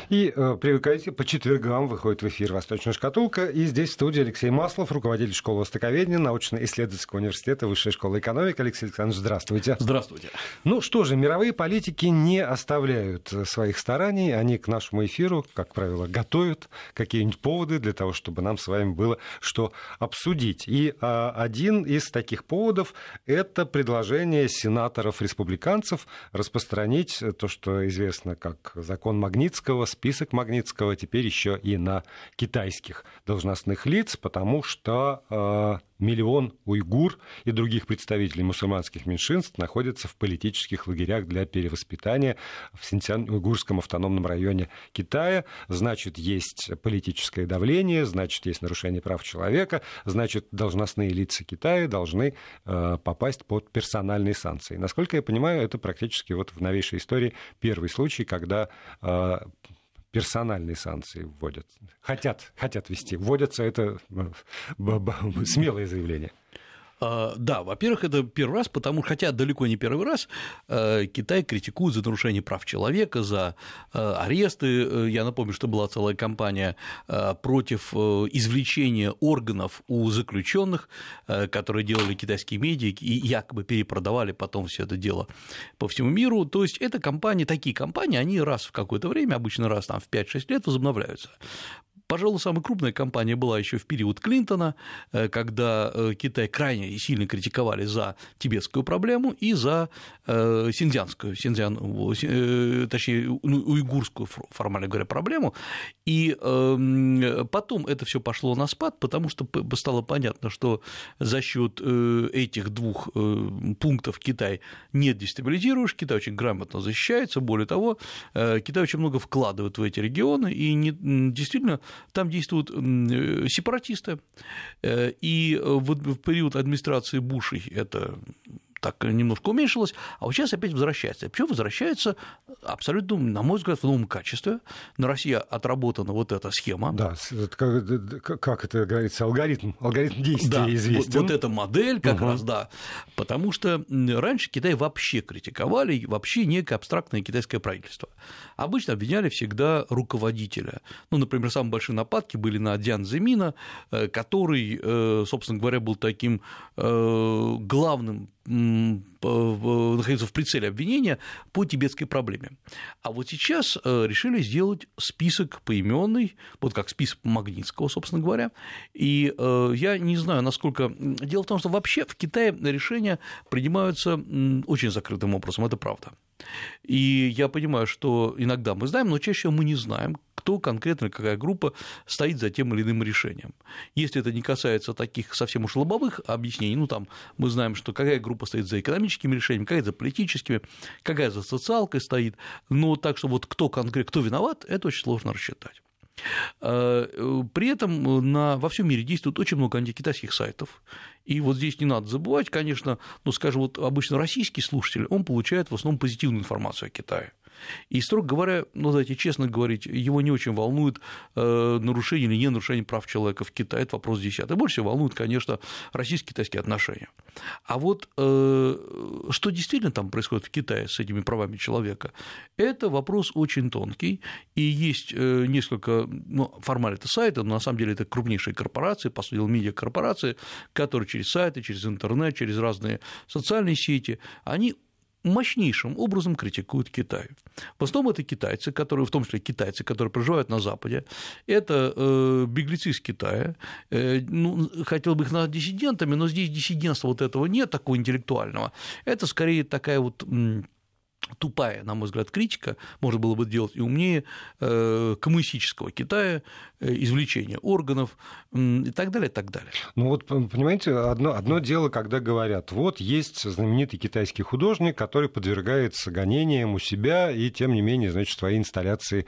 И привыкайте, по четвергам выходит в эфир «Восточная шкатулка». И здесь в студии Алексей Маслов, руководитель школы востоковедения, научно-исследовательского университета, Высшей школы экономики. Алексей Александрович, здравствуйте. Здравствуйте. Ну что же, мировые политики не оставляют своих стараний. Они к нашему эфиру, как правило, готовят какие-нибудь поводы для того, чтобы нам с вами было что обсудить. И один из таких поводов – это предложение сенаторов-республиканцев распространить то, что известно как закон Магнитского, список Магнитского, теперь еще и на китайских должностных лиц, потому что миллион уйгур и других представителей мусульманских меньшинств находятся в политических лагерях для перевоспитания в Синьцзян-уйгурском автономном районе Китая. Значит, есть политическое давление, значит, есть нарушение прав человека, значит, должностные лица Китая должны попасть под персональные санкции. Насколько я понимаю, это практически вот в новейшей истории первый случай, когда персональные санкции вводят. Хотят ввести. Вводятся — это смелое заявление. Да, во-первых, это первый раз, хотя далеко не первый раз, Китай критикует за нарушение прав человека, за аресты. Я напомню, что была целая кампания против извлечения органов у заключенных, которые делали китайские медиа и якобы перепродавали потом все это дело по всему миру. То есть это такие кампании, они раз в какое-то время, обычно раз в 5-6 лет возобновляются. Пожалуй, самая крупная кампания была еще в период Клинтона, когда Китай крайне сильно критиковали за тибетскую проблему и за уйгурскую, формально говоря, проблему. И потом это все пошло на спад, потому что стало понятно, что за счет этих двух пунктов Китай не дестабилизируешь, Китай очень грамотно защищается, более того, Китай очень много вкладывает в эти регионы, и действительно там действуют сепаратисты, и в период администрации Бушей это так немножко уменьшилось, а вот сейчас опять возвращается. Причем возвращается абсолютно, на мой взгляд, в новом качестве. На России отработана вот эта схема. Да, как это говорится, алгоритм действия, да, известен. Вот эта модель как раз, да. Потому что раньше Китай вообще критиковали, вообще некое абстрактное китайское правительство. Обычно обвиняли всегда руководителя. Например, самые большие нападки были на Дзян Зэмина, который, собственно говоря, был таким главным, находиться в прицеле обвинения по тибетской проблеме. А вот сейчас решили сделать список поименный, вот как список Магнитского, собственно говоря, и я не знаю, насколько… Дело в том, что вообще в Китае решения принимаются очень закрытым образом, это правда. И я понимаю, что иногда мы знаем, но чаще всего мы не знаем, кто конкретно, какая группа стоит за тем или иным решением. Если это не касается таких совсем уж лобовых объяснений, там мы знаем, что какая группа стоит за экономическими решениями, какая за политическими, какая за социалкой стоит, но так что вот кто конкретно, кто виноват, это очень сложно рассчитать. При этом во всем мире действует очень много антикитайских сайтов, и вот здесь не надо забывать, конечно, скажем, вот обычно российский слушатель, он получает в основном позитивную информацию о Китае. И, строго говоря, давайте честно говорить, его не очень волнует нарушение или не нарушение прав человека в Китае, это вопрос 10. Больше всего волнует, конечно, российско-китайские отношения. А вот что действительно там происходит в Китае с этими правами человека, это вопрос очень тонкий, и есть несколько, формально это сайты, но на самом деле это крупнейшие корпорации, по сути дела, медиакорпорации, которые через сайты, через интернет, через разные социальные сети, они мощнейшим образом критикуют Китай. В основном это китайцы, в том числе китайцы, которые проживают на Западе, это беглецы из Китая, хотел бы их назвать диссидентами, но здесь диссидентства вот этого нет, такого интеллектуального, это скорее такая вот тупая, на мой взгляд, критика, можно было бы делать и умнее, коммунистического Китая, извлечения органов и так далее, и так далее. Понимаете, одно дело, когда говорят, вот есть знаменитый китайский художник, который подвергается гонениям у себя и, тем не менее, значит, свои инсталляции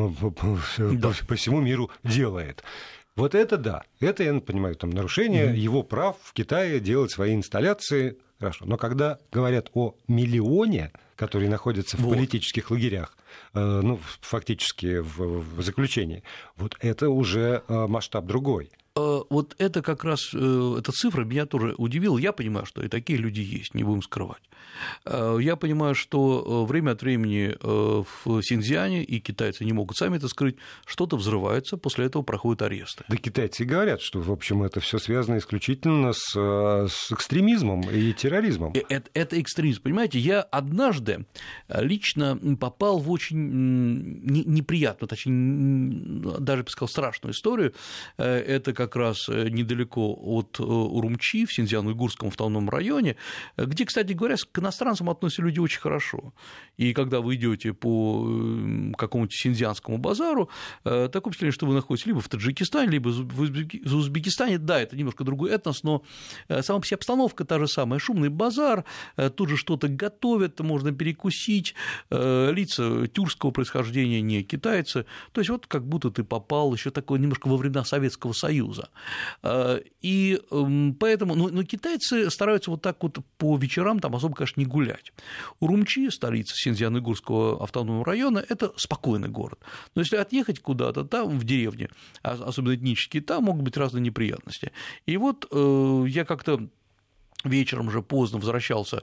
по всему миру делает. Вот это да, это, я понимаю, нарушение его прав в Китае делать свои инсталляции, хорошо. Но когда говорят о миллионе, которые находятся в политических лагерях, фактически в заключении, вот это уже масштаб другой. Вот это как раз, эта цифра меня тоже удивила. Я понимаю, что и такие люди есть, не будем скрывать. Я понимаю, что время от времени в Синьцзяне, и китайцы не могут сами это скрыть, что-то взрывается, после этого проходят аресты. Да китайцы и говорят, что, в общем, это все связано исключительно с экстремизмом и терроризмом. Это экстремизм. Понимаете, я однажды лично попал в очень неприятную, точнее, даже, я бы сказал, страшную историю. Это как раз недалеко от Урумчи, в Синьцзян-Уйгурском автономном районе, где, кстати говоря, к иностранцам относятся люди очень хорошо. И когда вы идете по какому-то синьцзянскому базару, такое впечатление, что вы находитесь либо в Таджикистане, либо в Узбекистане. Да, это немножко другой этнос, но сама по себе обстановка та же самая. Шумный базар, тут же что-то готовят, можно перекусить, лица тюркского происхождения, не китайцы. То есть вот как будто ты попал еще такое немножко во времена Советского Союза. И поэтому, но китайцы стараются вот так вот по вечерам там особо, конечно, не гулять. Урумчи, столица Синьцзян-Уйгурского автономного района, это спокойный город. Но если отъехать куда-то там, в деревне, особенно этнические, там могут быть разные неприятности. И вот я как-то вечером же поздно возвращался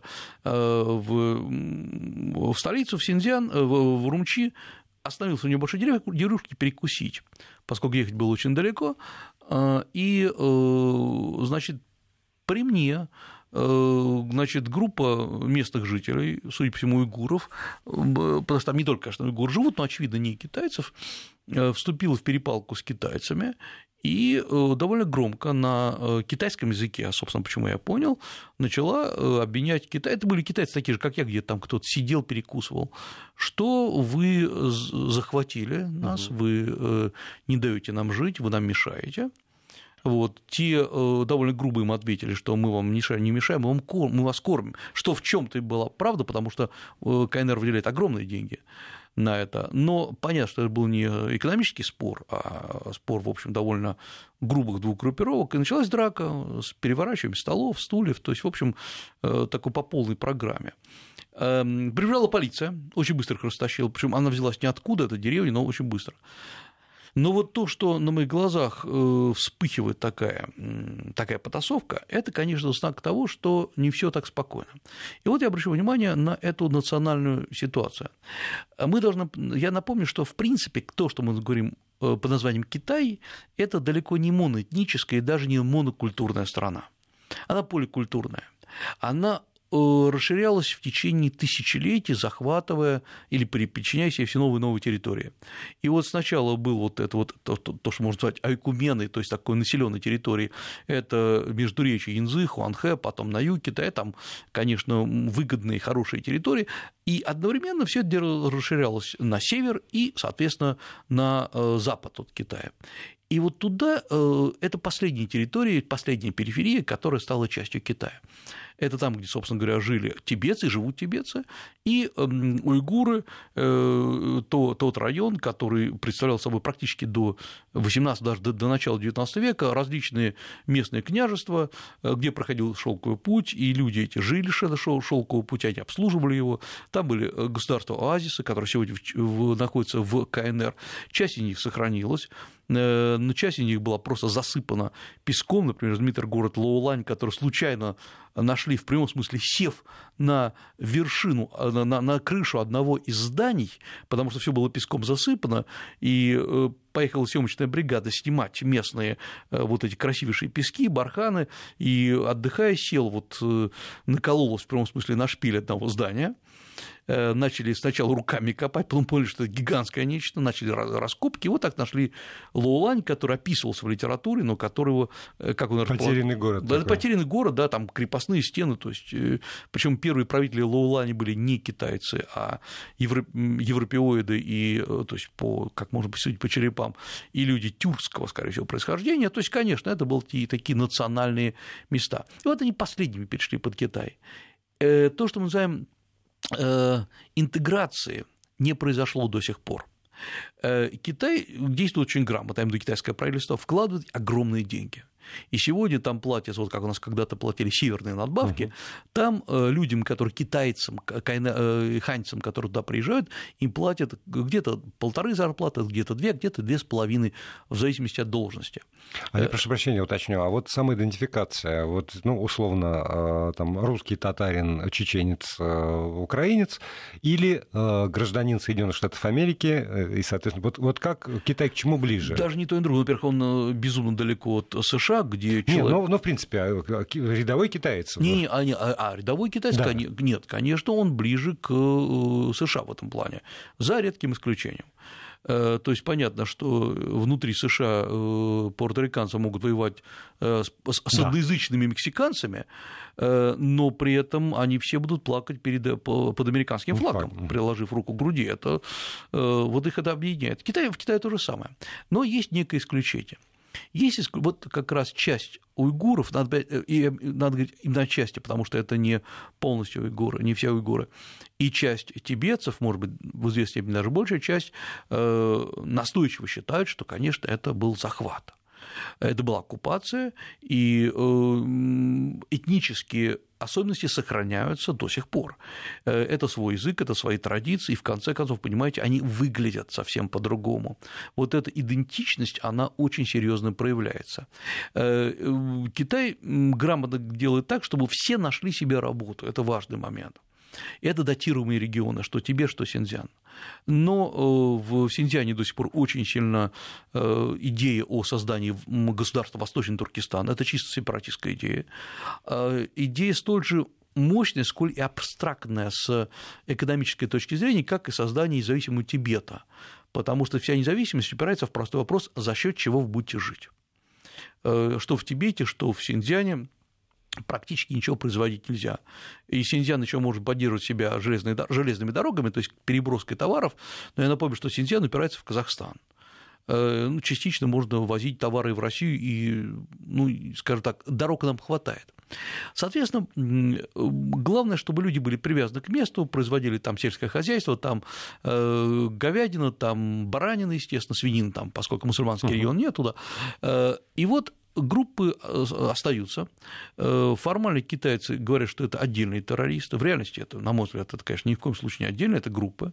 в столицу, в Синьцзян, в Урумчи, остановился в небольшой деревушке перекусить, поскольку ехать было очень далеко, и, значит, при мне, значит, группа местных жителей, судя по всему, уйгуров, потому что там не только, конечно, уйгуры живут, но, очевидно, не китайцев, вступила в перепалку с китайцами, и довольно громко на китайском языке, собственно, почему я понял, начала обвинять Китай. Это были китайцы такие же, как я, где там кто-то сидел, перекусывал, что вы захватили нас, вы не даете нам жить, вы нам мешаете. Вот. Те довольно грубо им ответили, что мы вам не мешаем, мы вас кормим, что в чем-то была правда, потому что КНР выделяет огромные деньги на это, но понятно, что это был не экономический спор, а спор, в общем, довольно грубых двух группировок, и началась драка с переворачиванием столов, стульев, то есть, в общем, такой по полной программе. Прибежала полиция, очень быстро их растащила, причем она взялась ниоткуда, это деревня, но очень быстро. Но вот то, что на моих глазах вспыхивает такая потасовка, это, конечно, знак того, что не все так спокойно. И вот я обращу внимание на эту национальную ситуацию. Я напомню, что, в принципе, то, что мы говорим под названием Китай, это далеко не моноэтническая и даже не монокультурная страна. Она поликультурная. Она расширялась в течение тысячелетий, захватывая или подчиняя себе все новые и новые территории. И вот сначала был вот это вот то, что можно назвать айкуменой, то есть такой населенной территории, это междуречье Янцзы, Хуанхэ, потом на юг Китая, там, конечно, выгодные, хорошие территории, и одновременно все это расширялось на север и, соответственно, на запад от Китая. И вот туда, это последняя территория, последняя периферия, которая стала частью Китая. Это там, где, собственно говоря, жили тибетцы, живут тибетцы, и уйгуры, тот район, который представлял собой практически до 18, даже до начала XIX века, различные местные княжества, где проходил шелковый путь, и люди эти жили шелкового пути, они обслуживали его. Там были государства-оазисы, которые сегодня находятся в КНР. Часть из них сохранилась, но часть из них была просто засыпана песком, например, знаменитый город Лоулань, который случайно нашли, в прямом смысле, сев на вершину, на крышу одного из зданий, потому что все было песком засыпано, и поехала съемочная бригада снимать местные вот эти красивейшие пески, барханы, и, отдыхая, сел, вот накололась, в прямом смысле, на шпиль одного здания. Начали сначала руками копать, потом поняли, что это гигантское нечто, начали раскопки, и вот так нашли Лоулань, который описывался в литературе, но которого, как он потерянный город. Да, потерянный город, да, там крепостные стены, то есть, причем первые правители Лоулани были не китайцы, а европеоиды, и, то есть, как можно судить по черепам, и люди тюркского, скорее всего, происхождения, то есть, конечно, это были такие национальные места. И вот они последними перешли под Китай. То, что мы называем интеграции, не произошло до сих пор. Китай действует очень грамотно, я имею в виду китайское правительство, вкладывает огромные деньги. И сегодня там платят, вот как у нас когда-то платили северные надбавки, там людям, которые китайцам, ханьцам, которые туда приезжают, им платят где-то 1,5 зарплаты, где-то 2, где-то 2,5, в зависимости от должности. Я прошу прощения, уточню, а вот самоидентификация, вот, ну, условно, там, русский татарин, чеченец, украинец или гражданин Соединенных Штатов Америки, и, соответственно, вот как Китай к чему ближе? Даже не то, ни другое. Во-первых, он безумно далеко от США, где человек... Ну, в принципе, рядовой китаец. Рядовой китаец, да. Нет, конечно, он ближе к США в этом плане, за редким исключением. То есть понятно, что внутри США пуэрториканцы могут воевать с одноязычными мексиканцами, но при этом они все будут плакать под американским флагом, приложив руку к груди. Вот их это объединяет. В Китае то же самое. Но есть некое исключение. Есть вот как раз часть уйгуров, надо говорить именно части, потому что это не полностью уйгуры, не все уйгуры, и часть тибетцев, может быть, в известной степени даже большая часть, настойчиво считают, что, конечно, это был захват. Это была оккупация, и этнические особенности сохраняются до сих пор. Это свой язык, это свои традиции, и в конце концов, понимаете, они выглядят совсем по-другому. Вот эта идентичность, она очень серьезно проявляется. Китай грамотно делает так, чтобы все нашли себе работу, это важный момент. Это датируемые регионы, что Тибет, что Синьцзян. Но в Синьцзяне до сих пор очень сильна идея о создании государства Восточный Туркестан. Это чисто сепаратистская идея. Идея столь же мощная, сколь и абстрактная с экономической точки зрения, как и создание независимого Тибета. Потому что вся независимость упирается в простой вопрос, за счет чего вы будете жить. Что в Тибете, что в Синьцзяне практически ничего производить нельзя. И Синьцзян еще может поддерживать себя железными дорогами, то есть переброской товаров, но я напомню, что Синьцзян упирается в Казахстан. Частично можно возить товары в Россию, и, скажем так, дорог нам хватает. Соответственно, главное, чтобы люди были привязаны к месту, производили там сельское хозяйство, там говядина, там баранина, естественно, свинина, там, поскольку мусульманский регион нет туда. И вот группы остаются. Формально китайцы говорят, что это отдельные террористы. В реальности это, на мой взгляд, это, конечно, ни в коем случае не отдельно, это группы.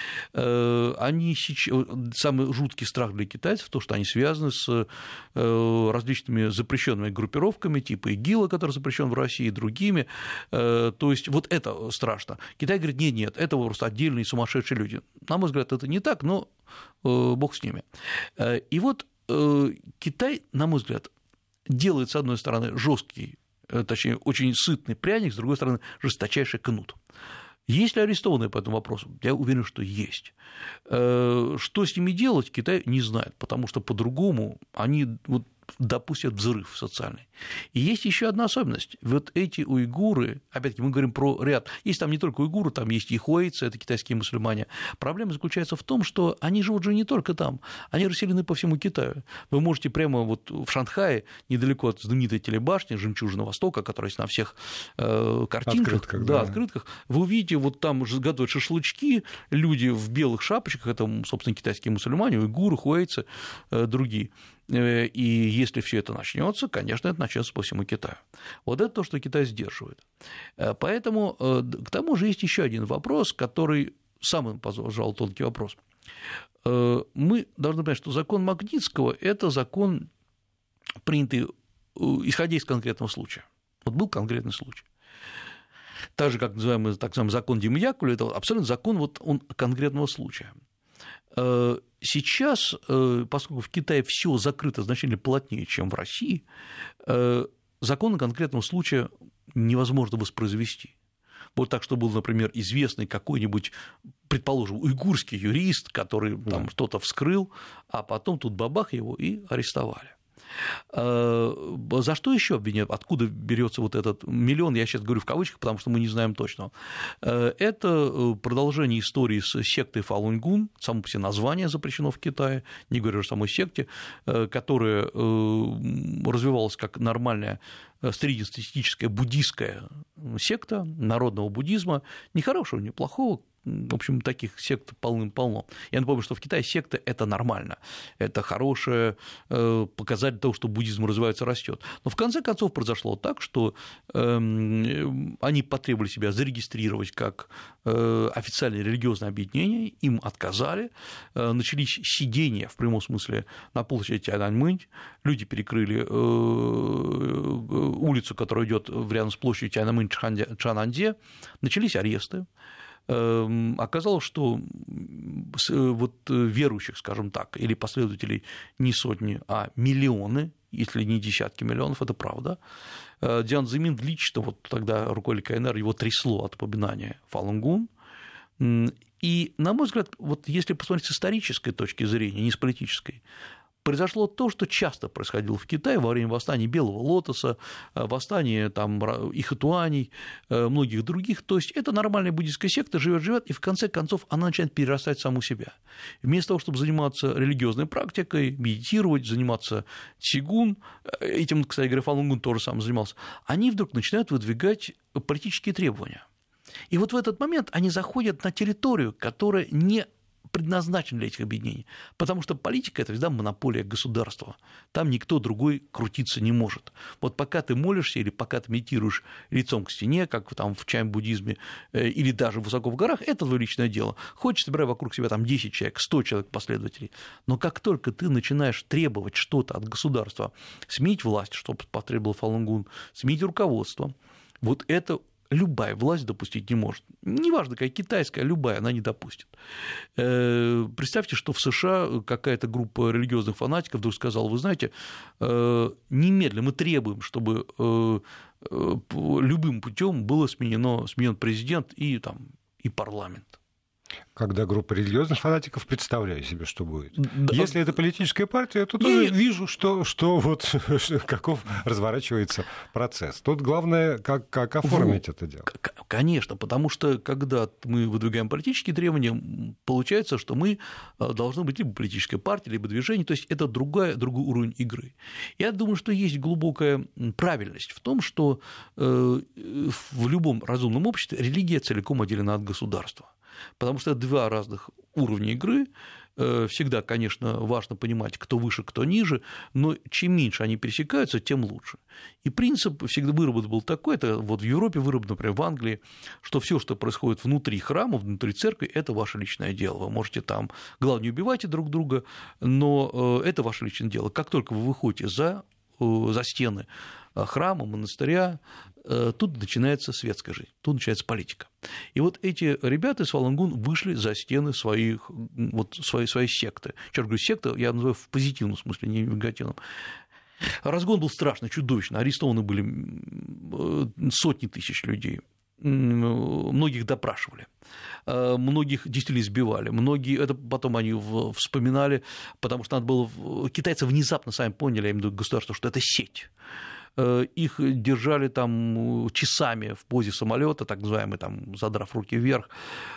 Они самый жуткий страх для китайцев, то, что они связаны с различными запрещенными группировками, типа ИГИЛа, который запрещен в России, и другими. То есть вот это страшно. Китай говорит, нет, это просто отдельные сумасшедшие люди. На мой взгляд, это не так, но бог с ними. И вот Китай, на мой взгляд, делает, с одной стороны, жесткий, точнее, очень сытный пряник, с другой стороны, жесточайший кнут. Есть ли арестованные по этому вопросу? Я уверен, что есть. Что с ними делать, Китай не знает, потому что по-другому они допустят взрыв социальный. И есть еще одна особенность. Вот эти уйгуры, опять-таки мы говорим про ряд, есть там не только уйгуры, там есть и хуэйцы, это китайские мусульмане. Проблема заключается в том, что они живут же не только там, они расселены по всему Китаю. Вы можете прямо вот в Шанхае, недалеко от знаменитой телебашни «Жемчужина Востока», которая есть на всех картинках, открытках, вы увидите, вот там готовят шашлычки, люди в белых шапочках, это, собственно, китайские мусульмане, уйгуры, хуэйцы, другие. И если все это начнется, конечно, это начнется по всему Китаю. Вот это то, что Китай сдерживает. Поэтому, к тому же, есть еще один вопрос, который самый, пожалуй, тонкий вопрос. Мы должны понять, что закон Магнитского – это закон, принятый, исходя из конкретного случая. Вот был конкретный случай. Так же, как называемый закон Демьякуля, это абсолютно закон он конкретного случая. Сейчас, поскольку в Китае все закрыто значительно плотнее, чем в России, закон конкретного случая невозможно воспроизвести. Вот так, что был, например, известный какой-нибудь, предположим, уйгурский юрист, который там что-то вскрыл, а потом тут бабах его и арестовали. За что еще обвиняют? Откуда берется вот этот миллион? Я сейчас говорю в кавычках, потому что мы не знаем точно. Это продолжение истории с сектой Фалун-Гун, само по себе название запрещено в Китае, не говорю о самой секте, которая развивалась как нормальная среднестатистическая буддийская секта народного буддизма, ни хорошего, ни плохого, в общем, таких сект полным-полно. Я напомню, что в Китае секта – это нормально, это хороший показатель того, что буддизм развивается, растет. Но в конце концов произошло так, что они потребовали себя зарегистрировать как официальное религиозное объединение, им отказали, начались сидения, в прямом смысле, на площади Тяньаньмэнь, люди перекрыли улицу, которая идет рядом с площадью Тяньаньмэнь-Чхананде, начались аресты. Оказалось, что вот верующих, скажем так, или последователей не сотни, а миллионы, если не десятки миллионов, это правда. Дзян Цзимин лично, вот тогда руководитель КНР, его трясло от упоминания Фалунгун. И, на мой взгляд, вот если посмотреть с исторической точки зрения, не с политической, произошло то, что часто происходило в Китае во время восстания Белого Лотоса, восстания там, Ихэтуаней, многих других. То есть это нормальная буддийская секта, живет, и в конце концов она начинает перерастать саму себя. Вместо того, чтобы заниматься религиозной практикой, медитировать, заниматься цигун, этим, кстати говоря, Фалунгун тоже сам занимался, они вдруг начинают выдвигать политические требования. И вот в этот момент они заходят на территорию, которая не предназначен для этих объединений, потому что политика – это всегда монополия государства, там никто другой крутиться не может. Вот пока ты молишься или пока ты медитируешь лицом к стене, как там в чань-буддизме, или даже высоко в горах, это твое личное дело. Хочешь, собирай вокруг себя там 10 человек, 100 человек последователей, но как только ты начинаешь требовать что-то от государства, сменить власть, что потребовал Фалунгун, сменить руководство, вот это любая власть допустить не может. Неважно, какая китайская, любая, она не допустит. Представьте, что в США какая-то группа религиозных фанатиков вдруг сказала: вы знаете, немедленно мы требуем, чтобы любым путем был сменен президент и парламент. Когда группа религиозных фанатиков, представляю себе, что будет. Если это политическая партия, то тоже вижу, что каков разворачивается процесс. Тут главное, как оформить это дело. Конечно, потому что, когда мы выдвигаем политические требования, получается, что мы должны быть либо политическая партия, либо движение, то есть это другой уровень игры. Я думаю, что есть глубокая правильность в том, что в любом разумном обществе религия целиком отделена от государства. Потому что это два разных уровня игры. Всегда, конечно, важно понимать, кто выше, кто ниже, но чем меньше они пересекаются, тем лучше. И принцип всегда выработан был такой, это вот в Европе выработан, например, в Англии, что все, что происходит внутри храма, внутри церкви, это ваше личное дело. Вы можете там, главное, не убивайте друг друга, но это ваше личное дело. Как только вы выходите за стены храма, монастыря, тут начинается светская жизнь, тут начинается политика. И вот эти ребята из Фалунгун вышли за стены своей секты. Сейчас говорю, секта я называю в позитивном смысле, не в негативном. Разгон был страшный, чудовищный, арестованы были сотни тысяч людей. Многих допрашивали, многих действительно избивали, многие, это потом они вспоминали, потому что надо было, китайцы внезапно сами поняли, я имею в виду государство, что это сеть. Их держали там часами в позе самолета, так называемый, там, задрав руки вверх,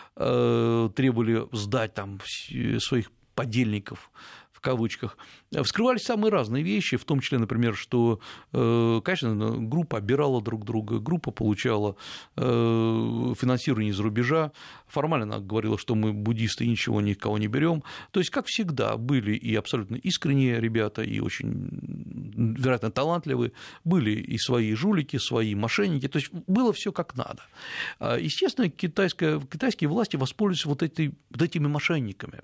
требовали сдать там своих подельников, в кавычках. Вскрывались самые разные вещи, в том числе, например, что, конечно, группа обирала друг друга, группа получала финансирование из-за рубежа, формально она говорила, что мы буддисты, ничего никого не берем. То есть, как всегда, были и абсолютно искренние ребята, и очень, вероятно, талантливые, были и свои жулики, свои мошенники, то есть было все как надо. Естественно, китайские власти воспользуются вот этими мошенниками,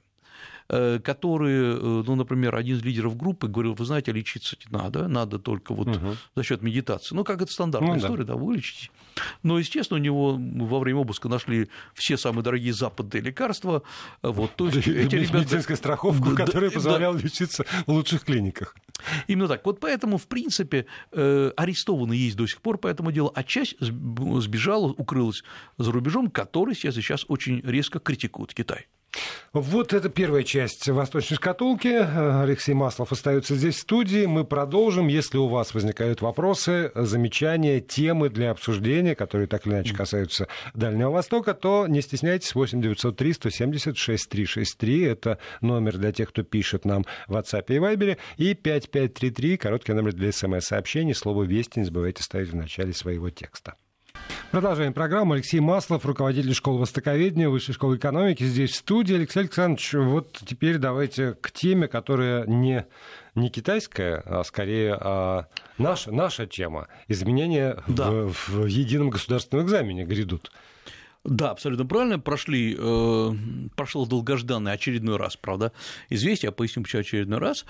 которые, например, один из лидеров группы говорил: вы знаете, лечиться не надо только вот за счет медитации. Ну, как это стандартная история, да, вы лечитесь. Но, естественно, у него во время обыска нашли все самые дорогие западные лекарства. Вот, то есть эти ребята... Медицинскую страховку, которая позволяла лечиться в лучших клиниках. Именно так. Вот поэтому, в принципе, арестованы есть до сих пор по этому делу, а часть сбежала, укрылась за рубежом, который сейчас очень резко критикует Китай. Вот это первая часть «Восточной шкатулки». Алексей Маслов остается здесь в студии. Мы продолжим. Если у вас возникают вопросы, замечания, темы для обсуждения, которые так или иначе касаются Дальнего Востока, то не стесняйтесь. 8 903 170 6363. Это номер для тех, кто пишет нам в WhatsApp и Viber. И 5533, короткий номер для СМС-сообщений. Слово «Вести» не забывайте ставить в начале своего текста. Продолжаем программу. Алексей Маслов, руководитель школы востоковедения, Высшей школы экономики, здесь в студии. Алексей Александрович, вот теперь давайте к теме, которая не китайская, а скорее наша тема. Изменения в едином государственном экзамене грядут. Да, абсолютно правильно. Прошел долгожданный очередной раз, правда, известие, я поясню, почему очередной раз,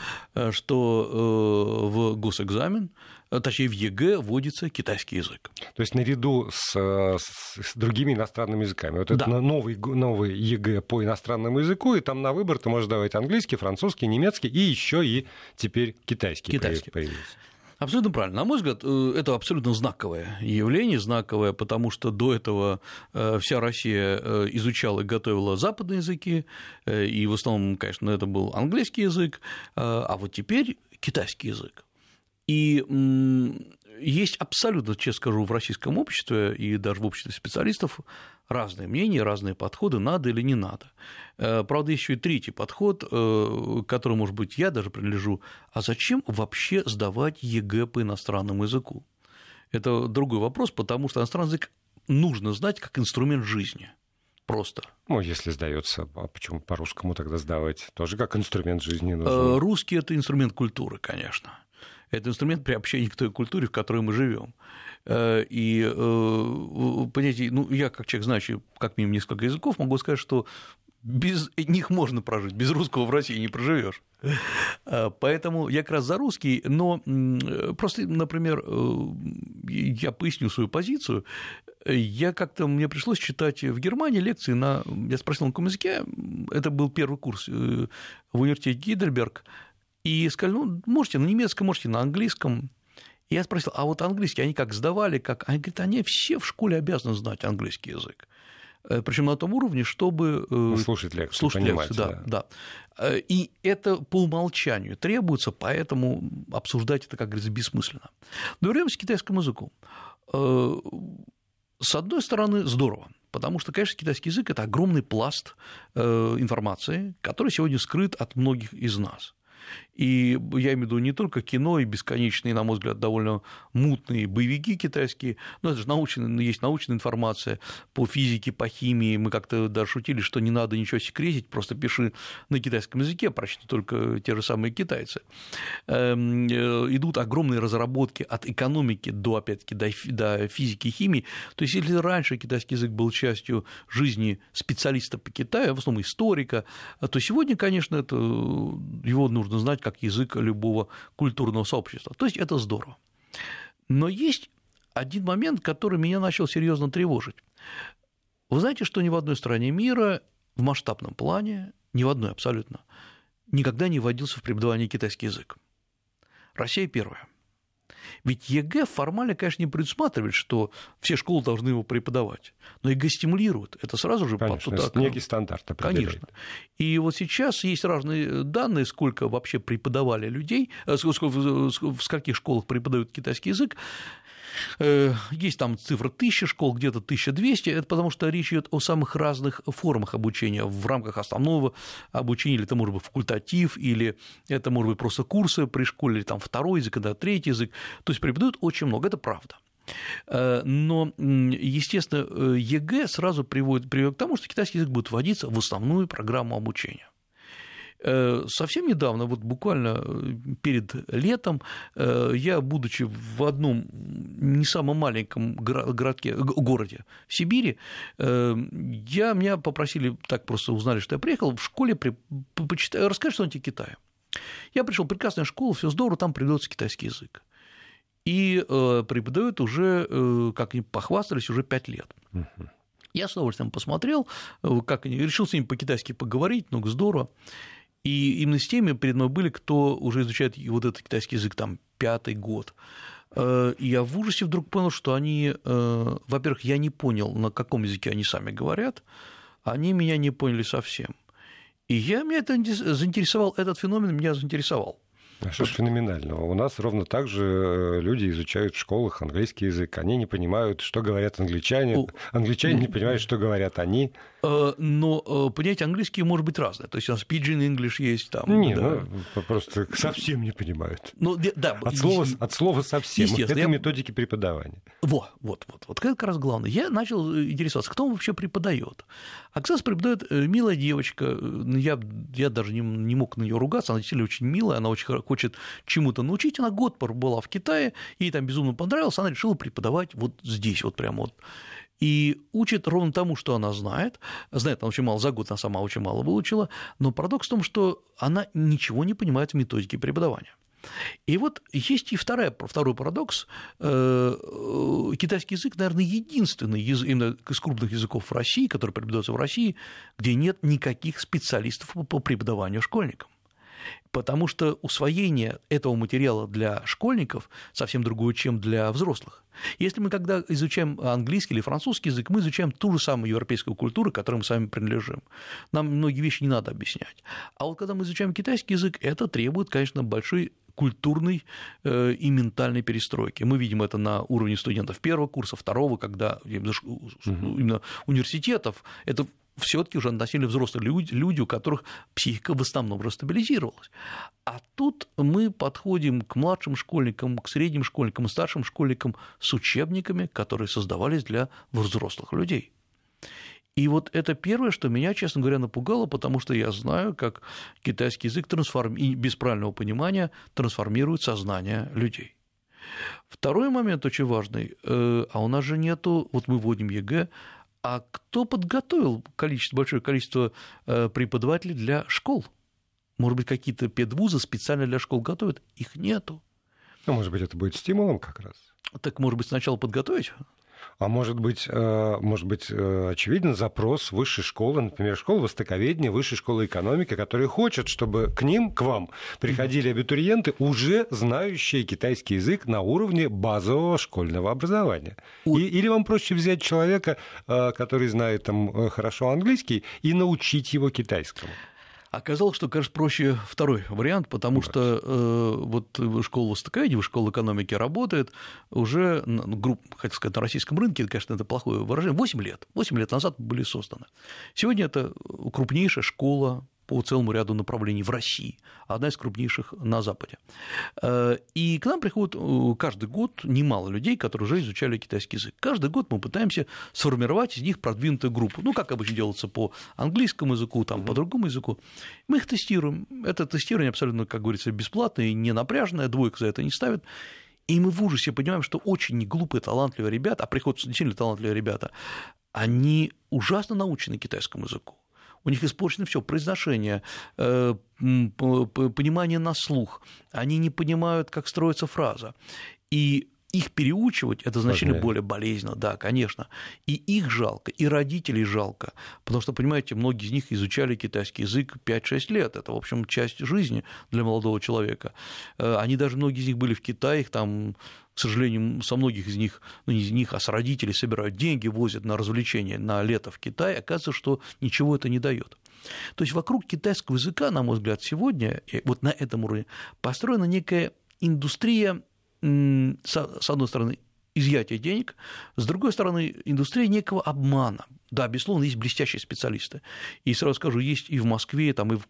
что в госэкзамен, точнее в ЕГЭ, вводится китайский язык. То есть наряду с другими иностранными языками. Вот это новый ЕГЭ по иностранному языку, и там на выбор ты можешь давать английский, французский, немецкий, и еще и теперь китайский. Появился. Абсолютно правильно. На мой взгляд, это абсолютно знаковое явление, знаковое, потому что до этого вся Россия изучала и готовила западные языки, и в основном, конечно, это был английский язык, а вот теперь китайский язык. И есть абсолютно, честно скажу, в российском обществе и даже в обществе специалистов разные мнения, разные подходы, надо или не надо. Правда, есть еще и третий подход, к которому, может быть, я даже принадлежу. А зачем вообще сдавать ЕГЭ по иностранному языку? Это другой вопрос, потому что иностранный язык нужно знать как инструмент жизни. Просто. Ну, если сдается, а почему по-русскому тогда сдавать? Тоже как инструмент жизни нужен. Русский – это инструмент культуры, конечно. Это инструмент приобщения к той культуре, в которой мы живем. И, понимаете, я, как человек, знающий как минимум несколько языков, могу сказать, что без них можно прожить, без русского в России не проживешь. Поэтому я как раз за русский, но просто, например, я поясню свою позицию. Мне пришлось читать в Германии лекции я спросил на каком языке, это был первый курс в университете Гейдельберг, и сказали, можете на немецком, можете на английском. И я спросил, а вот английский они как сдавали, как? Они говорят, они все в школе обязаны знать английский язык. Причем на том уровне, чтобы слушать лекцию, да. И это по умолчанию требуется, поэтому обсуждать это, как говорится, бессмысленно. Но вернемся к китайскому языку. С одной стороны, здорово, потому что, конечно, китайский язык – это огромный пласт информации, который сегодня скрыт от многих из нас. И я имею в виду не только кино и бесконечные, на мой взгляд, довольно мутные боевики китайские, но это же есть научная информация по физике, по химии. Мы как-то даже шутили, что не надо ничего секретить, просто пиши на китайском языке, прочтут только те же самые китайцы. Идут огромные разработки от экономики до, опять-таки, до физики и химии. То есть, если раньше китайский язык был частью жизни специалиста по Китаю, в основном историка, то сегодня, конечно, его нужно знать как язык любого культурного сообщества. То есть это здорово. Но есть один момент, который меня начал серьезно тревожить. Вы знаете, что ни в одной стране мира в масштабном плане, ни в одной абсолютно, никогда не вводился в преподавание китайский язык. Россия первая. Ведь ЕГЭ формально, конечно, не предусматривает, что все школы должны его преподавать, но ЕГЭ стимулирует. Это сразу же... Конечно, некий стандарт определяет. Конечно. И вот сейчас есть разные данные, сколько вообще преподавали людей, в скольких школах преподают китайский язык. Есть там цифра 1000 школ, где-то 1200, это потому что речь идет о самых разных формах обучения в рамках основного обучения, или это может быть факультатив, или это может быть просто курсы при школе, или там второй язык, это третий язык, то есть преподают очень много, это правда. Но, естественно, ЕГЭ сразу приводит к тому, что китайский язык будет вводиться в основную программу обучения. Совсем недавно, вот буквально перед летом, я, будучи в одном не самом маленьком городе в Сибири, меня попросили, так просто узнали, что я приехал, в школе расскажи что-нибудь о Китае. Я пришел, прекрасная школа, все здорово, там преподается китайский язык. И преподают уже, как они похвастались, уже 5 лет. Я с удовольствием посмотрел, как они, решил с ними по-китайски поговорить, ну, здорово. И именно с теми перед мной были, кто уже изучает вот этот китайский язык, там, 5-й год. И я в ужасе вдруг понял, что они, во-первых, я не понял, на каком языке они сами говорят, они меня не поняли совсем. И меня это заинтересовал, этот феномен меня заинтересовал. А что ж феноменального? У нас ровно так же люди изучают в школах английский язык. Они не понимают, что говорят англичане. Англичане не понимают, что говорят они. Но, понимаете, английский может быть разный. То есть у нас Pidgin English есть там. Не, да. Просто совсем не понимают. Ну, да, от слова совсем. Это методики преподавания. Вот. Это как раз главное. Я начал интересоваться, кто он вообще преподает. Оказывается, преподает милая девочка. Я даже не мог на нее ругаться. Она действительно очень милая, она очень хочет чему-то научить. Она год была в Китае, ей там безумно понравилось, она решила преподавать вот здесь, вот прямо вот. И учит ровно тому, что она знает. Знает она очень мало, за год она сама очень мало выучила, но парадокс в том, что она ничего не понимает в методике преподавания. И вот есть и второй парадокс. Китайский язык, наверное, единственный именно из крупных языков в России, который преподается в России, где нет никаких специалистов по преподаванию школьникам. Потому что усвоение этого материала для школьников совсем другое, чем для взрослых. Если мы когда изучаем английский или французский язык, мы изучаем ту же самую европейскую культуру, к которой мы с вами принадлежим. Нам многие вещи не надо объяснять. А вот когда мы изучаем китайский язык, это требует, конечно, большой культурной и ментальной перестройки. Мы видим это на уровне студентов первого курса, второго, когда именно университетов, это все-таки уже носили взрослые люди, у которых психика в основном уже стабилизировалась. А тут мы подходим к младшим школьникам, к средним школьникам, старшим школьникам с учебниками, которые создавались для взрослых людей. И вот это первое, что меня, честно говоря, напугало, потому что я знаю, как китайский язык без правильного понимания трансформирует сознание людей. Второй момент очень важный, а у нас же нету, вот мы вводим ЕГЭ, а кто подготовил большое количество преподавателей для школ? Может быть, какие-то педвузы специально для школ готовят? Их нету. Ну, может быть, это будет стимулом как раз. Так, может быть, сначала подготовить? А может быть, очевидно, запрос высшей школы, например, школы востоковедения, высшей школы экономики, которые хотят, чтобы к вам приходили абитуриенты, уже знающие китайский язык на уровне базового школьного образования. Или вам проще взять человека, который знает там хорошо английский, и научить его китайскому? Оказалось, что, конечно, проще второй вариант, потому что вот школа востоковедения, школа экономики работает уже, хотел сказать, на российском рынке, конечно, это плохое выражение, 8 лет. 8 лет назад были созданы. Сегодня это крупнейшая школа по целому ряду направлений в России, одна из крупнейших на Западе. И к нам приходит каждый год немало людей, которые уже изучали китайский язык. Каждый год мы пытаемся сформировать из них продвинутую группу, ну, как обычно делается по английскому языку, там, по другому языку. Мы их тестируем. Это тестирование абсолютно, как говорится, бесплатное и не напряженное, двойку за это не ставят. И мы в ужасе понимаем, что очень неглупые, талантливые ребята, а приходят действительно талантливые ребята, они ужасно научены китайскому языку. У них испорчено все произношение, понимание на слух, они не понимают, как строится фраза. И их переучивать – это значительно более болезненно, да, конечно. И их жалко, и родителей жалко, потому что, понимаете, многие из них изучали китайский язык 5-6 лет, это, в общем, часть жизни для молодого человека. Они даже, многие из них были в Китае, их там, к сожалению, со многих из них, ну, не из них, а с родителей собирают деньги, возят на развлечения на лето в Китай, оказывается, что ничего это не дает. То есть вокруг китайского языка, на мой взгляд, сегодня, вот на этом уровне, построена некая индустрия, с одной стороны, изъятия денег, с другой стороны, индустрия некого обмана. Да, безусловно, есть блестящие специалисты. И сразу скажу, есть и в Москве, там, и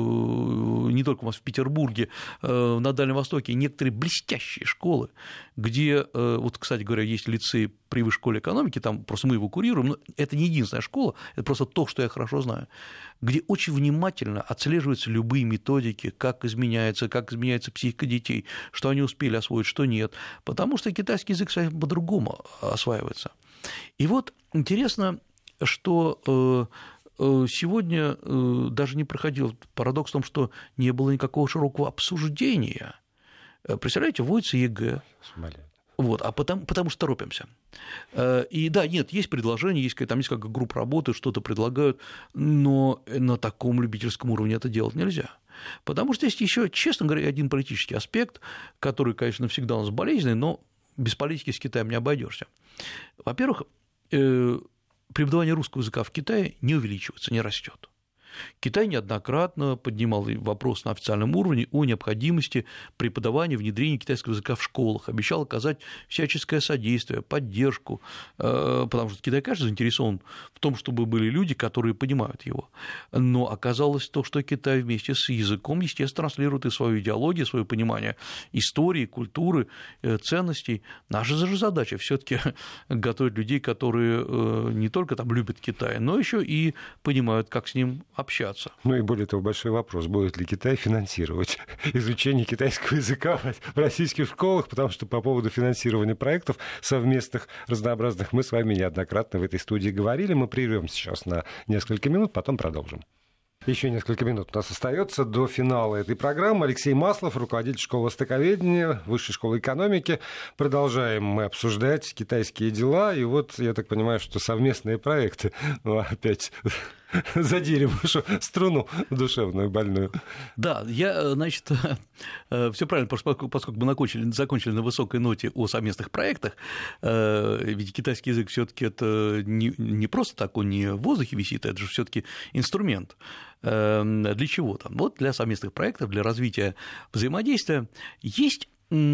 не только в Петербурге, на Дальнем Востоке некоторые блестящие школы, где, вот, кстати говоря, есть лицей при высшей школе экономики, там просто мы его курируем, но это не единственная школа, это просто то, что я хорошо знаю, где очень внимательно отслеживаются любые методики, как изменяется психика детей, что они успели освоить, что нет, потому что китайский язык совсем по-другому осваивается. И вот интересно, что сегодня даже не проходил парадокс в том, что не было никакого широкого обсуждения. Представляете, вводится ЕГЭ. Вот, а потому что торопимся. И да, нет, есть предложения, там есть как группа работы, что-то предлагают, но на таком любительском уровне это делать нельзя. Потому что есть еще, честно говоря, один политический аспект, который, конечно, всегда у нас болезненный, но без политики с Китаем не обойдешься. Во-первых, преподавание русского языка в Китае не увеличивается, не растет. Китай неоднократно поднимал вопрос на официальном уровне о необходимости преподавания, внедрения китайского языка в школах, обещал оказать всяческое содействие, поддержку, потому что Китай, конечно, заинтересован в том, чтобы были люди, которые понимают его. Но оказалось то, что Китай вместе с языком, естественно, транслирует и свою идеологию, свое понимание истории, культуры, ценностей. Наша же задача все-таки готовить людей, которые не только там любят Китай, но еще и понимают, как с ним общаться. Ну и более того, большой вопрос, будет ли Китай финансировать изучение китайского языка в российских школах, потому что по поводу финансирования проектов совместных, разнообразных, мы с вами неоднократно в этой студии говорили. Мы прервемся сейчас на несколько минут, потом продолжим. Еще несколько минут у нас остается до финала этой программы. Алексей Маслов, руководитель школы востоковедения, Высшей школы экономики. Продолжаем мы обсуждать китайские дела. И вот, я так понимаю, что совместные проекты опять задели вашу струну душевную, больную. Да, я, значит, все правильно, поскольку мы закончили на высокой ноте о совместных проектах, ведь китайский язык все-таки это не просто так, он не в воздухе висит, это же все-таки инструмент. Для чего там? Вот для совместных проектов, для развития взаимодействия есть.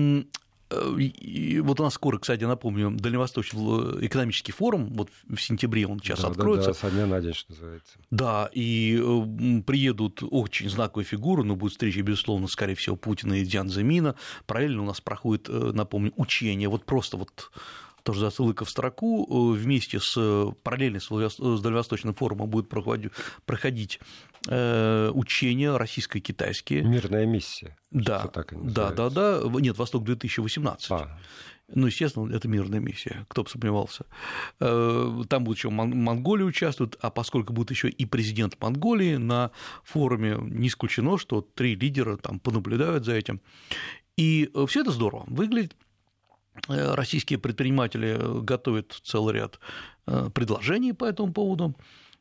И вот у нас скоро, кстати, напомню, Дальневосточный экономический форум, вот в сентябре он сейчас откроется. Да, со дня на день, что называется. Да, и приедут очень знаковые фигуры, но будет встреча, безусловно, скорее всего, Путина и Дзян Цзэмина. Параллельно у нас проходит, напомню, учение, вот просто вот тоже засылка в строку, вместе параллельно с Дальневосточным форумом будет проходить учения российско-китайские. Мирная миссия. Да, да. Нет, Восток-2018. Ну, естественно, это мирная миссия, кто бы сомневался. Там будет еще Монголия участвует, а поскольку будет еще и президент Монголии на форуме, не исключено, что 3 лидера там понаблюдают за этим. И все это здорово выглядит. Российские предприниматели готовят целый ряд предложений по этому поводу.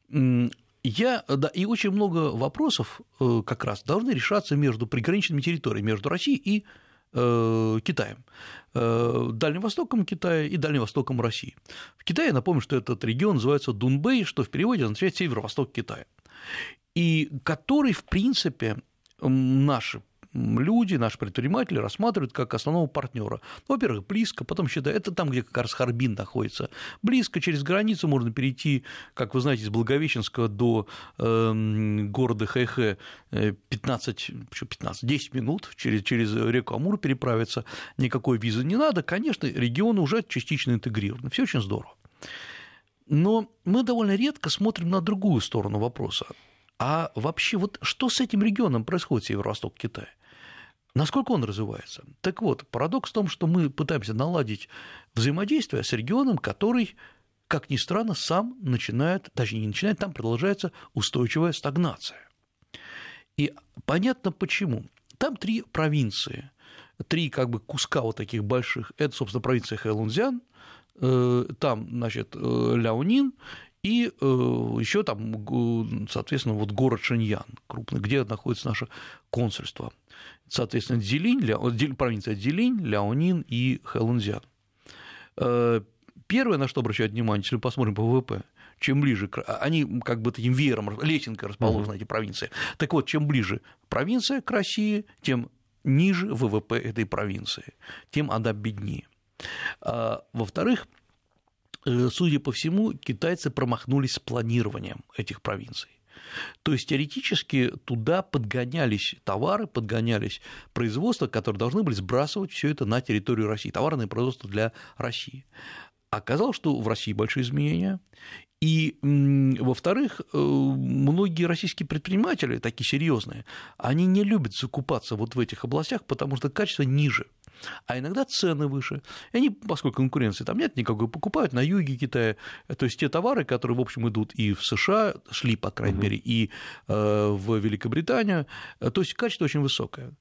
И очень много вопросов как раз должны решаться между приграничными территориями, между Россией и Китаем, Дальним Востоком Китая и Дальним Востоком России. В Китае, напомню, что этот регион называется Дунбэй, что в переводе означает северо-восток Китая, и который, в принципе, наши люди, наши предприниматели рассматривают как основного партнера. Во-первых, близко, потом считают, это там, где как раз Харбин находится. Близко, через границу можно перейти, как вы знаете, из Благовещенска до города Хэйхэ 10 минут, через реку Амур переправиться, никакой визы не надо. Конечно, регионы уже частично интегрированы, все очень здорово. Но мы довольно редко смотрим на другую сторону вопроса. А вообще, вот что с этим регионом происходит, северо-восток Китая? Насколько он развивается? Так вот, парадокс в том, что мы пытаемся наладить взаимодействие с регионом, который, как ни странно, сам начинает, даже не начинает, там продолжается устойчивая стагнация. И понятно почему. Там 3 провинции, 3 как бы куска вот таких больших. Это, собственно, провинция Хэлунцзян, там, значит, Ляонин, и еще там, соответственно, вот город Шэньян крупный, где находится наше консульство. Соответственно, провинция Цзилинь, Ляонин и Хэлунцзян. Первое, на что обращают внимание, если мы посмотрим по ВВП, чем ближе, они как бы таким веером, лесенкой расположены, эти провинции. Так вот, чем ближе провинция к России, тем ниже ВВП этой провинции, тем она беднее. Во-вторых, судя по всему, китайцы промахнулись с планированием этих провинций. То есть теоретически туда подгонялись товары, подгонялись производства, которые должны были сбрасывать все это на территорию России, товарное производство для России. Оказалось, что в России большие изменения. И, во-вторых, многие российские предприниматели, такие серьезные, они не любят закупаться вот в этих областях, потому что качество ниже, а иногда цены выше. И они, поскольку конкуренции там нет никакой, покупают на юге Китая, то есть те товары, которые, в общем, идут и в США, шли, по крайней мере, и в Великобританию, то есть качество очень высокое.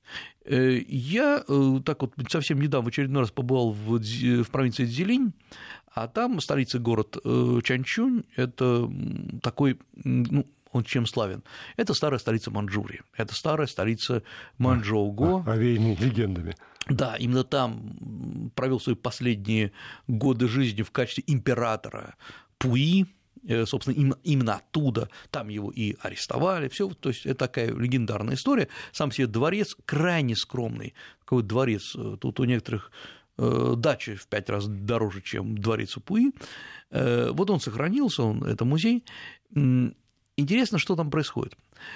Я так вот совсем недавно в очередной раз побывал в провинции Цзилинь, а там столица город Чанчунь, это такой, ну, он чем славен? Это старая столица Манчжурии, это старая столица Манчжоу-го. Овеянный легендами. Да, именно там провел свои последние годы жизни в качестве императора Пуи, собственно, именно оттуда, там его и арестовали, все, то есть это такая легендарная история. Сам себе дворец крайне скромный, какой дворец, тут у некоторых дачи в 5 раз дороже, чем дворец Упуи. Вот он сохранился, это музей. Интересно, что там происходит.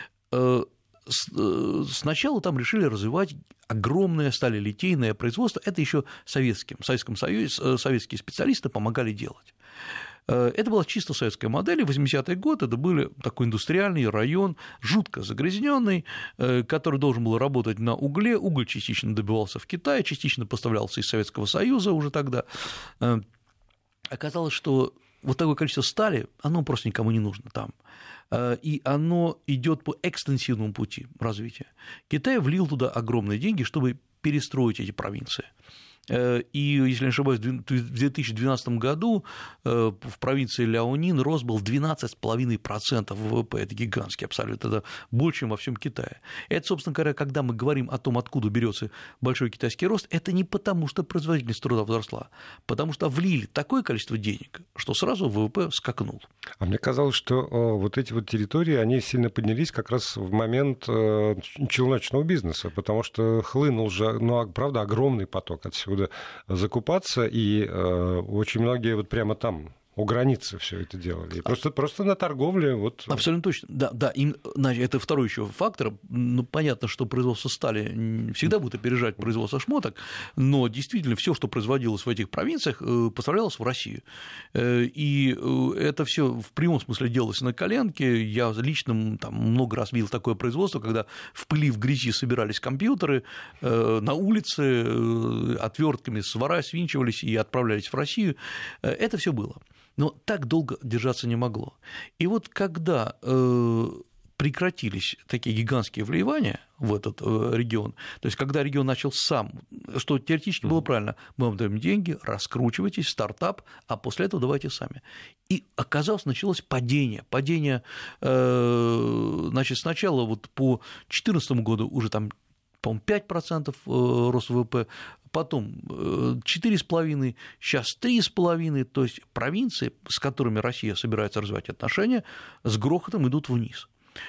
Сначала там решили развивать огромное сталелитейное производство, это еще в Советском Союзе советские специалисты помогали делать. Это была чисто советская модель, и 80-й год это был такой индустриальный район, жутко загрязненный, который должен был работать на угле, уголь частично добывался в Китае, частично поставлялся из Советского Союза уже тогда. Оказалось, что вот такое количество стали, оно просто никому не нужно там. И оно идет по экстенсивному пути развития. Китай влил туда огромные деньги, чтобы перестроить эти провинции. И, если не ошибаюсь, в 2012 году в провинции Ляонин рост был 12,5% ВВП, это гигантский абсолютно, это больше, чем во всем Китае. Это, собственно говоря, когда мы говорим о том, откуда берется большой китайский рост, это не потому, что производительность труда возросла, потому что влили такое количество денег, что сразу ВВП скакнул. А мне казалось, что вот эти вот территории, они сильно поднялись как раз в момент челночного бизнеса, потому что хлынул же, правда, огромный поток отсюда закупаться, и очень многие вот прямо там у границы все это делали. И просто на торговле. Вот... Абсолютно точно. Да, это второй еще фактор. Ну, понятно, что производство стали всегда будет опережать производство шмоток, но действительно все, что производилось в этих провинциях, поставлялось в Россию. И это все в прямом смысле делалось на коленке. Я лично там много раз видел такое производство, когда в пыли, в грязи собирались компьютеры на улице, отвертками свинчивались и отправлялись в Россию. Это все было. Но так долго держаться не могло. И вот когда прекратились такие гигантские вливания в этот регион, то есть когда регион начал сам, что теоретически было правильно, мы вам даем деньги, раскручивайтесь, стартап, а после этого давайте сами. И оказалось, началось падение. Значит, сначала вот по 2014 году уже там, по-моему, 5% рост ВВП, потом 4,5%, сейчас 3,5%, то есть провинции, с которыми Россия собирается развивать отношения, с грохотом идут вниз.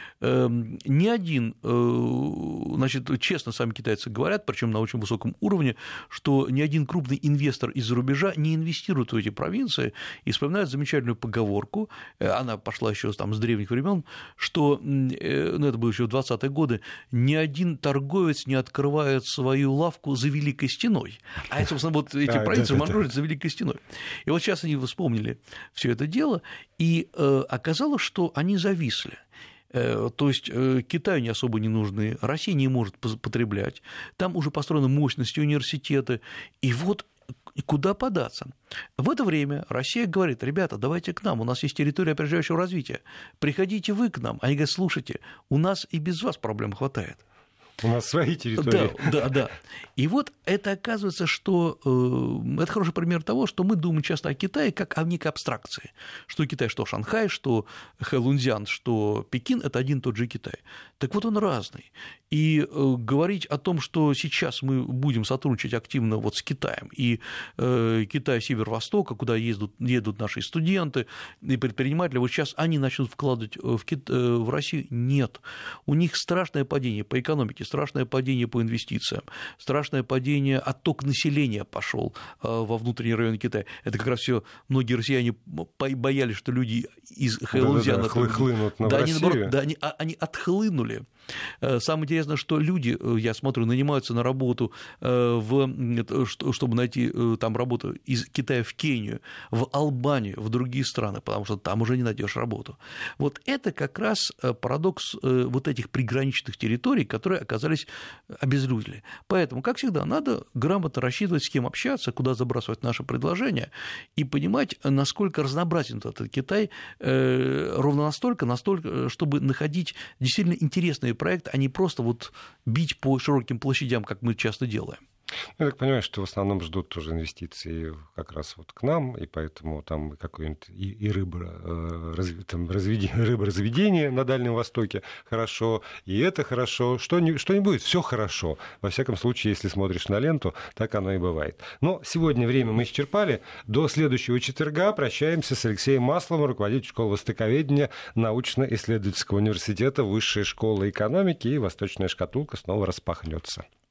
Ни один, значит, честно сами китайцы говорят, причем на очень высоком уровне, что ни один крупный инвестор из-за рубежа не инвестирует в эти провинции, и вспоминают замечательную поговорку, она пошла еще там с древних времен, что, это было еще в 20-е годы, ни один торговец не открывает свою лавку за Великой Стеной, а это, собственно, вот эти провинции Манчжурии за Великой Стеной. И вот сейчас они вспомнили все это дело, и оказалось, что они зависли. То есть Китаю не особо не нужны, Россия не может потреблять, там уже построены мощности университеты, и вот куда податься. В это время Россия говорит: ребята, давайте к нам, у нас есть территория опережающего развития, приходите вы к нам. Они говорят: слушайте, у нас и без вас проблем хватает. У нас свои территории. Да. И вот это оказывается, что это хороший пример того, что мы думаем часто о Китае как о некой абстракции, что Китай, что Шанхай, что Хэлунцзян, что Пекин – это один и тот же Китай. Так вот он разный. И говорить о том, что сейчас мы будем сотрудничать активно вот с Китаем, и Китай северо-востока, куда едут наши студенты и предприниматели, вот сейчас они начнут вкладывать в Россию, нет. У них страшное падение по экономике, страшное падение по инвестициям, страшное падение, отток населения пошел во внутренний район Китая. Это как раз все многие россияне боялись, что люди из Хэлунцзяна хлынут на Россию. Они отхлынули. Самое интересное, что люди, я смотрю, нанимаются на работу, чтобы найти там работу из Китая в Кению, в Албанию, в другие страны, потому что там уже не найдешь работу. Вот это как раз парадокс вот этих приграничных территорий, которые оказались обезлюдили. Поэтому, как всегда, надо грамотно рассчитывать, с кем общаться, куда забрасывать наши предложения, и понимать, насколько разнообразен этот Китай, ровно настолько, чтобы находить действительно интересные проекты, а не просто вот бить по широким площадям, как мы часто делаем. Я так понимаю, что в основном ждут тоже инвестиции как раз вот к нам, и поэтому там какое-нибудь и рыборазведение на Дальнем Востоке хорошо, и это хорошо, что не будет, все хорошо. Во всяком случае, если смотришь на ленту, так оно и бывает. Но сегодня время мы исчерпали. До следующего четверга прощаемся с Алексеем Масловым, руководителем школы востоковедения научно-исследовательского университета Высшей школы экономики, и «Восточная шкатулка» снова распахнется.